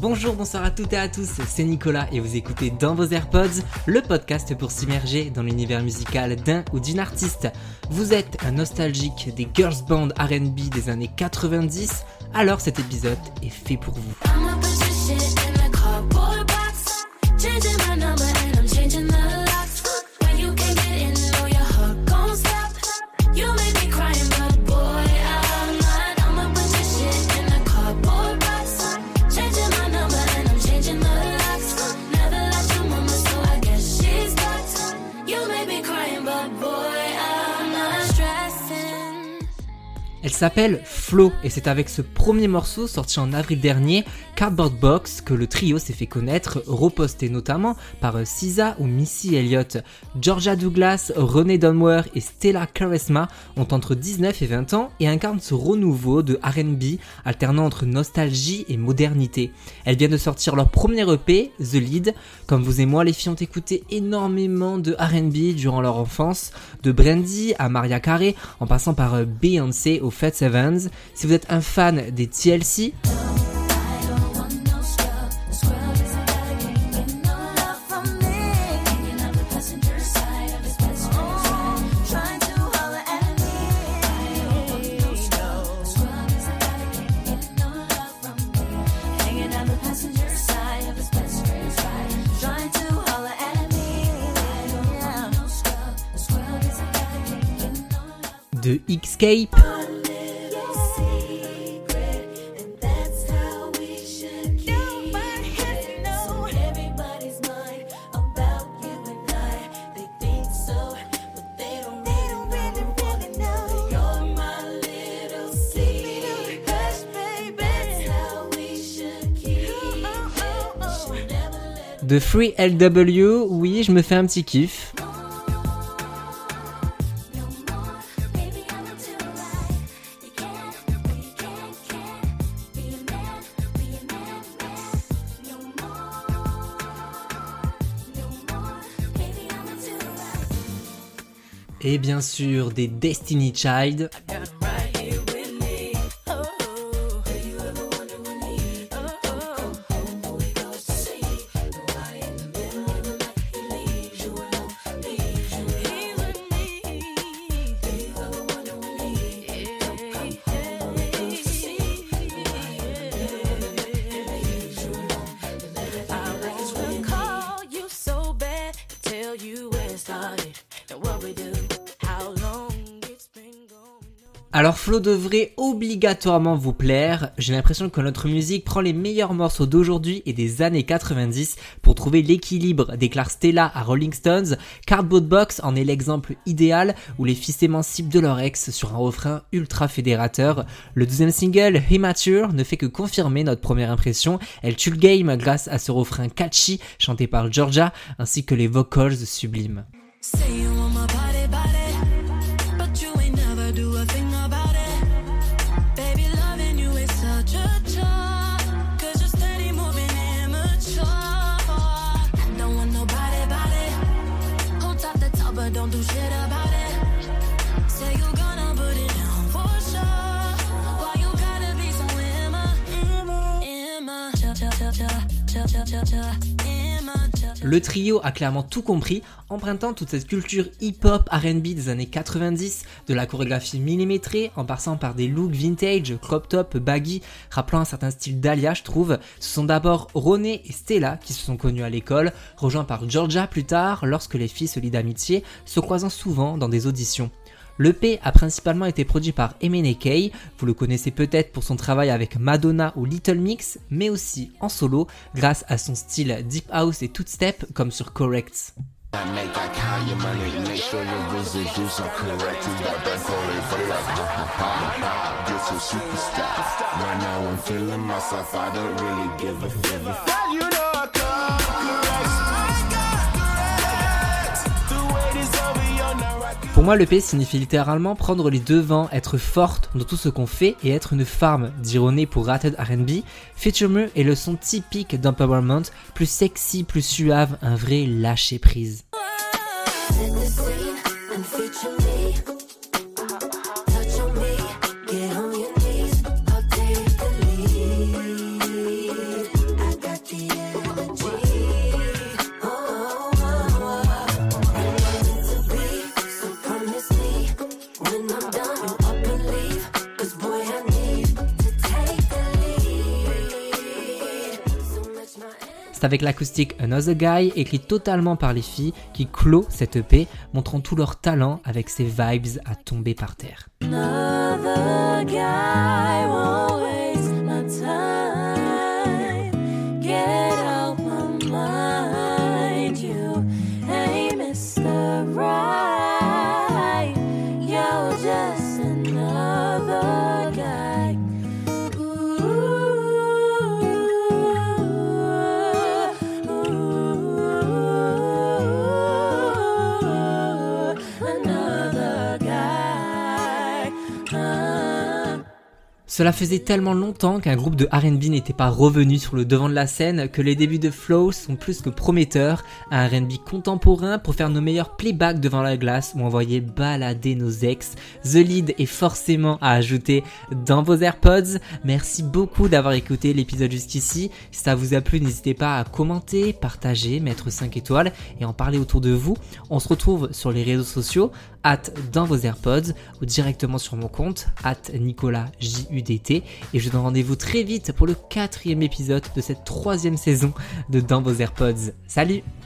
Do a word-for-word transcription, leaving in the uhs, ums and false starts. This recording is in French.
Bonjour, bonsoir à toutes et à tous, c'est Nicolas et vous écoutez Dans vos AirPods, le podcast pour s'immerger dans l'univers musical d'un ou d'une artiste. Vous êtes un nostalgique des girls band R and B des années quatre-vingt-dix, alors cet épisode est fait pour vous. Elle s'appelle Flo et c'est avec ce premier morceau sorti en avril dernier, Cardboard Box, que le trio s'est fait connaître, reposté notamment par S Z A ou Missy Elliott. Georgia Douglas, Renee Dunware et Stella Charisma ont entre dix-neuf et vingt ans et incarnent ce renouveau de R and B alternant entre nostalgie et modernité. Elles viennent de sortir leur premier E P, The Lead. Comme vous et moi, les filles ont écouté énormément de R and B durant leur enfance, de Brandy à Mariah Carey, en passant par Beyoncé au Fat Sevens. Si vous êtes un fan des T L C, de Escape, de Free L W, oui, je me fais un petit kiff. Et bien sûr, des Destiny Child. Alors Flo devrait obligatoirement vous plaire, j'ai l'impression que notre musique prend les meilleurs morceaux d'aujourd'hui et des années quatre-vingt-dix pour trouver l'équilibre, déclare Stella à Rolling Stones. Cardboard Box en est l'exemple idéal où les filles s'émancipent de leur ex sur un refrain ultra fédérateur. Le deuxième single, Immature, ne fait que confirmer notre première impression, elle tue le game grâce à ce refrain catchy chanté par Georgia ainsi que les vocals sublimes. Le trio a clairement tout compris, empruntant toute cette culture hip-hop R and B des années quatre-vingt-dix, de la chorégraphie millimétrée, en passant par des looks vintage, crop top, baggy, rappelant un certain style d'Alia, je trouve. Ce sont d'abord Renee et Stella qui se sont connus à l'école, rejoints par Georgia plus tard, lorsque les filles se lient d'amitié, se croisant souvent dans des auditions. L'E P a principalement été produit par Emene Kay, vous le connaissez peut-être pour son travail avec Madonna ou Little Mix, mais aussi en solo grâce à son style deep house et two step comme sur Corrects. Pour moi, l'E P signifie littéralement prendre les devants, être forte dans tout ce qu'on fait et être une femme, dit Renee pour Rated R and B. Feature Me est le son typique d'Empowerment, plus sexy, plus suave, un vrai lâcher prise. C'est avec l'acoustique Another Guy, écrit totalement par les filles, qui clôt cette E P, montrant tout leur talent avec ses vibes à tomber par terre. Another guy won't waste my time. Get out my mind, you ain't Mister Right. You're just another guy. Ooh, ooh, another guy. Cela faisait tellement longtemps qu'un groupe de R and B n'était pas revenu sur le devant de la scène que les débuts de Flow sont plus que prometteurs. Un R and B contemporain pour faire nos meilleurs playbacks devant la glace ou envoyer balader nos ex. The Lead est forcément à ajouter dans vos AirPods. Merci beaucoup d'avoir écouté l'épisode jusqu'ici. Si ça vous a plu, n'hésitez pas à commenter, partager, mettre cinq étoiles et en parler autour de vous. On se retrouve sur les réseaux sociaux, at dans vos AirPods ou directement sur mon compte, at Nicolas J U D T, et je vous donne rendez-vous très vite pour le quatrième épisode de cette troisième saison de Dans vos AirPods. Salut!